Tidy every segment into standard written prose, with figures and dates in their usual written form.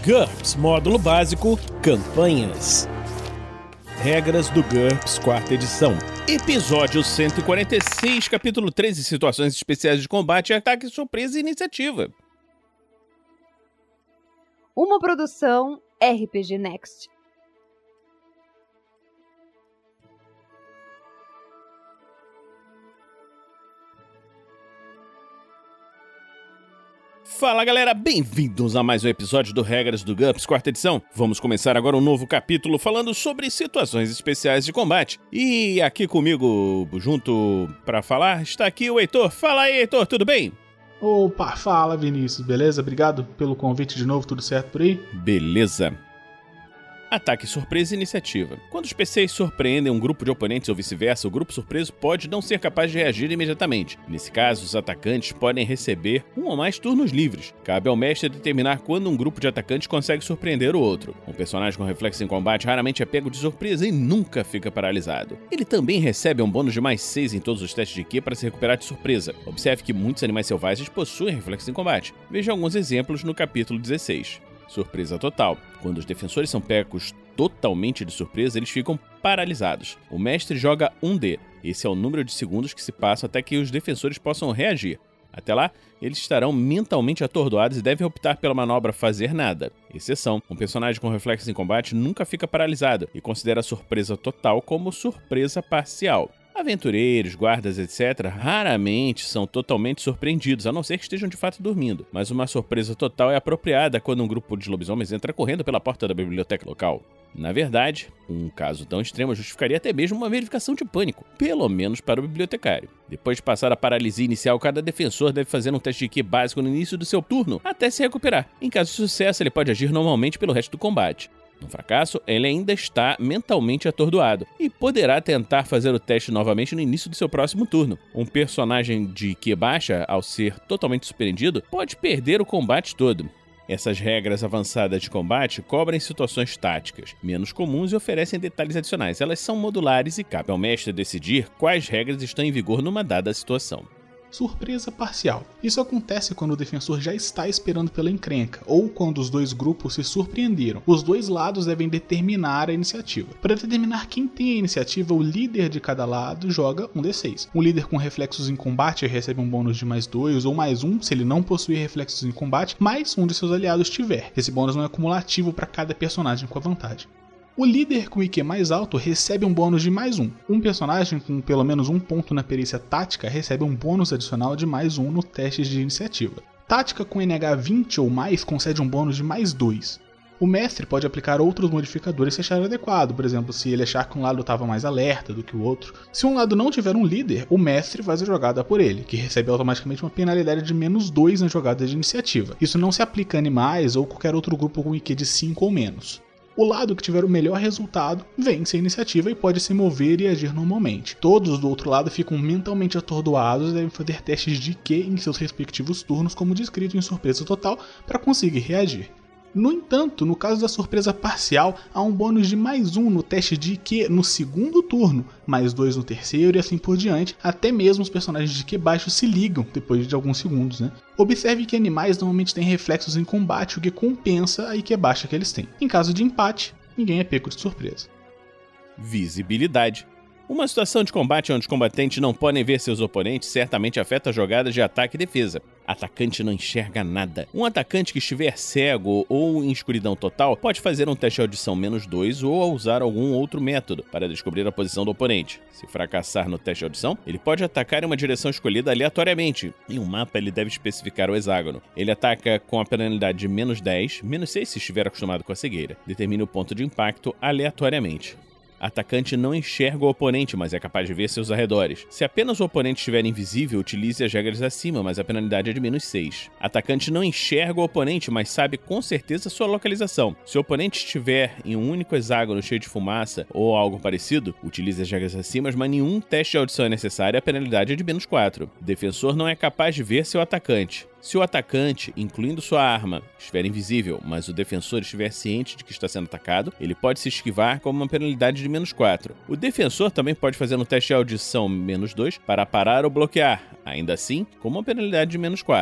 GURPS Módulo Básico Campanhas. Regras do GURPS, 4ª edição. Episódio 146, capítulo 13, Situações Especiais de Combate, Ataque, Surpresa e Iniciativa. Uma produção RPG Next. Fala galera, bem-vindos a mais um episódio do Regras do GURPS, 4ª edição. Vamos começar agora um novo capítulo falando sobre situações especiais de combate. E aqui comigo, junto pra falar, está aqui o Heitor. Fala aí, Heitor, tudo bem? Opa, fala Vinícius, beleza? Obrigado pelo convite de novo, tudo certo por aí? Beleza. Ataque, surpresa e iniciativa. Quando os PCs surpreendem um grupo de oponentes ou vice-versa, o grupo surpreso pode não ser capaz de reagir imediatamente. Nesse caso, os atacantes podem receber um ou mais turnos livres. Cabe ao mestre determinar quando um grupo de atacantes consegue surpreender o outro. Um personagem com reflexo em combate raramente é pego de surpresa e nunca fica paralisado. Ele também recebe um bônus de mais 6 em todos os testes de Q para se recuperar de surpresa. Observe que muitos animais selvagens possuem reflexo em combate. Veja alguns exemplos no capítulo 16. Surpresa total. Quando os defensores são pegos totalmente de surpresa, eles ficam paralisados. O mestre joga 1D. Esse é o número de segundos que se passam até que os defensores possam reagir. Até lá, eles estarão mentalmente atordoados e devem optar pela manobra fazer nada. Exceção, um personagem com reflexos em combate nunca fica paralisado e considera a surpresa total como surpresa parcial. Aventureiros, guardas, etc. raramente são totalmente surpreendidos, a não ser que estejam de fato dormindo. Mas uma surpresa total é apropriada quando um grupo de lobisomens entra correndo pela porta da biblioteca local. Na verdade, um caso tão extremo justificaria até mesmo uma verificação de pânico, pelo menos para o bibliotecário. Depois de passar a paralisia inicial, cada defensor deve fazer um teste de Q básico no início do seu turno, até se recuperar. Em caso de sucesso, ele pode agir normalmente pelo resto do combate. No fracasso, ele ainda está mentalmente atordoado e poderá tentar fazer o teste novamente no início do seu próximo turno. Um personagem de Q baixa, ao ser totalmente surpreendido, pode perder o combate todo. Essas regras avançadas de combate cobrem situações táticas, menos comuns e oferecem detalhes adicionais. Elas são modulares e cabe ao mestre decidir quais regras estão em vigor numa dada situação. Surpresa parcial. Isso acontece quando o defensor já está esperando pela encrenca, ou quando os dois grupos se surpreenderam. Os dois lados devem determinar a iniciativa. Para determinar quem tem a iniciativa, o líder de cada lado joga um D6. Um líder com reflexos em combate recebe um bônus de mais 2 ou mais 1 se ele não possuir reflexos em combate, mas um de seus aliados tiver. Esse bônus não é cumulativo para cada personagem com a vantagem. O líder com IQ mais alto recebe um bônus de mais 1. Um personagem com pelo menos um ponto na perícia tática recebe um bônus adicional de mais 1 no teste de iniciativa. Tática com NH 20 ou mais concede um bônus de mais 2. O mestre pode aplicar outros modificadores se achar adequado, por exemplo, se ele achar que um lado estava mais alerta do que o outro. Se um lado não tiver um líder, o mestre faz a jogada por ele, que recebe automaticamente uma penalidade de menos 2 na jogada de iniciativa. Isso não se aplica a animais ou qualquer outro grupo com IQ de 5 ou menos. O lado que tiver o melhor resultado vence a iniciativa e pode se mover e agir normalmente. Todos do outro lado ficam mentalmente atordoados e devem fazer testes de Q em seus respectivos turnos, como descrito em surpresa total, para conseguir reagir. No entanto, no caso da surpresa parcial, há um bônus de mais 1 no teste de IQ no segundo turno, mais 2 no terceiro e assim por diante, até mesmo os personagens de IQ baixo se ligam depois de alguns segundos, Observe que animais normalmente têm reflexos em combate, o que compensa a IQ baixa que eles têm. Em caso de empate, ninguém é pego de surpresa. Visibilidade. Uma situação de combate onde os combatentes não podem ver seus oponentes certamente afeta as jogadas de ataque e defesa. Atacante não enxerga nada. Um atacante que estiver cego ou em escuridão total pode fazer um teste de audição menos 2 ou usar algum outro método para descobrir a posição do oponente. Se fracassar no teste de audição, ele pode atacar em uma direção escolhida aleatoriamente. Em um mapa, ele deve especificar o hexágono. Ele ataca com a penalidade de menos 10, menos 6 se estiver acostumado com a cegueira. Determine o ponto de impacto aleatoriamente. Atacante não enxerga o oponente, mas é capaz de ver seus arredores. Se apenas o oponente estiver invisível, utilize as regras acima, mas a penalidade é de menos 6. Atacante não enxerga o oponente, mas sabe com certeza sua localização. Se o oponente estiver em um único hexágono cheio de fumaça ou algo parecido, utilize as regras acima, mas nenhum teste de audição é necessário e a penalidade é de menos 4. O defensor não é capaz de ver seu atacante. Se o atacante, incluindo sua arma, estiver invisível, mas o defensor estiver ciente de que está sendo atacado, ele pode se esquivar com uma penalidade de menos 4. O defensor também pode fazer um teste de audição menos 2 para parar ou bloquear, ainda assim, com uma penalidade de menos 4.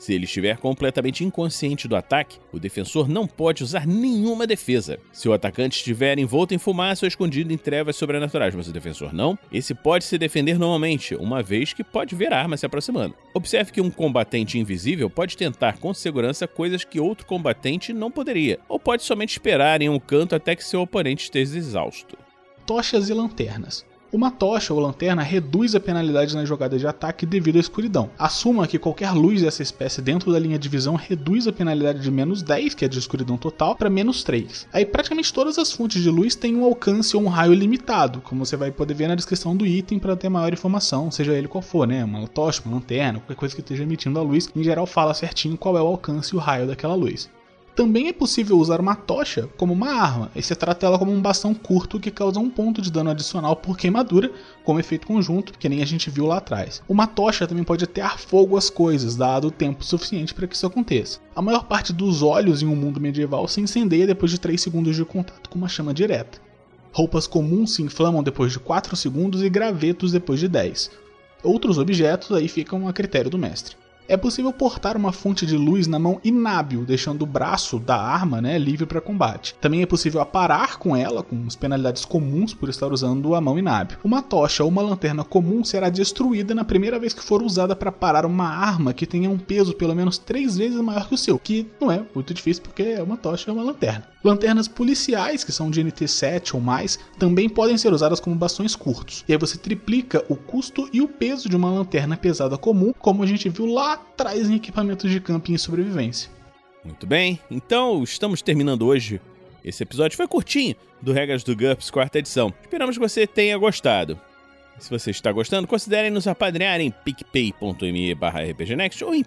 Se ele estiver completamente inconsciente do ataque, o defensor não pode usar nenhuma defesa. Se o atacante estiver envolto em fumaça ou escondido em trevas sobrenaturais, mas o defensor não, esse pode se defender normalmente, uma vez que pode ver a arma se aproximando. Observe que um combatente invisível pode tentar com segurança coisas que outro combatente não poderia, ou pode somente esperar em um canto até que seu oponente esteja exausto. Tochas e lanternas. Uma tocha ou lanterna reduz a penalidade na jogada de ataque devido à escuridão. Assuma que qualquer luz dessa espécie dentro da linha de visão reduz a penalidade de -10, que é de escuridão total, para -3. Aí praticamente todas as fontes de luz têm um alcance ou um raio limitado, como você vai poder ver na descrição do item para ter maior informação, seja ele qual for, né? Uma tocha, uma lanterna, qualquer coisa que esteja emitindo a luz, em geral fala certinho qual é o alcance e o raio daquela luz. Também é possível usar uma tocha como uma arma, e se trata ela como um bastão curto que causa 1 ponto de dano adicional por queimadura, como efeito conjunto, que nem a gente viu lá atrás. Uma tocha também pode atear fogo às coisas, dado o tempo suficiente para que isso aconteça. A maior parte dos olhos em um mundo medieval se incendeia depois de 3 segundos de contato com uma chama direta. Roupas comuns se inflamam depois de 4 segundos e gravetos depois de 10. Outros objetos aí ficam a critério do mestre. É possível portar uma fonte de luz na mão inábil, deixando o braço da arma, livre para combate. Também é possível aparar com ela, com as penalidades comuns por estar usando a mão inábil. Uma tocha ou uma lanterna comum será destruída na primeira vez que for usada para parar uma arma que tenha um peso pelo menos 3 vezes maior que o seu, que não é muito difícil porque é uma tocha ou uma lanterna. Lanternas policiais, que são de NT7 ou mais, também podem ser usadas como bastões curtos. E aí você triplica o custo e o peso de uma lanterna pesada comum, como a gente viu lá atrás em equipamentos de camping e sobrevivência. Muito bem, então estamos terminando hoje. Esse episódio foi curtinho, do Regras do GURPS 4ª edição. Esperamos que você tenha gostado. Se você está gostando, considere nos apadrinhar em picpay.me/rpgnext ou em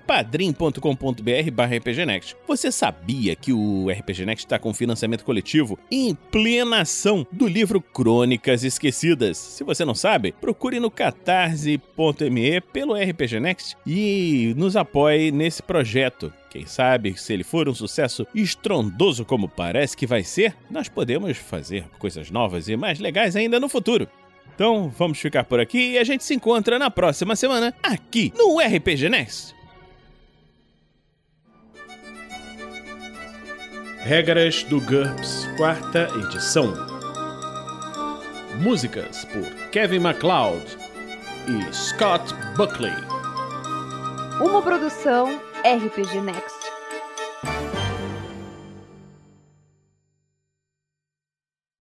padrim.com.br/rpgnext. Você sabia que o RPG Next está com financiamento coletivo em plena ação do livro Crônicas Esquecidas? Se você não sabe, procure no catarse.me pelo RPG Next e nos apoie nesse projeto. Quem sabe, se ele for um sucesso estrondoso como parece que vai ser, nós podemos fazer coisas novas e mais legais ainda no futuro. Então, vamos ficar por aqui e a gente se encontra na próxima semana, aqui no RPG Next. Regras do GURPS 4ª edição. Músicas por Kevin MacLeod e Scott Buckley. Uma produção RPG Next.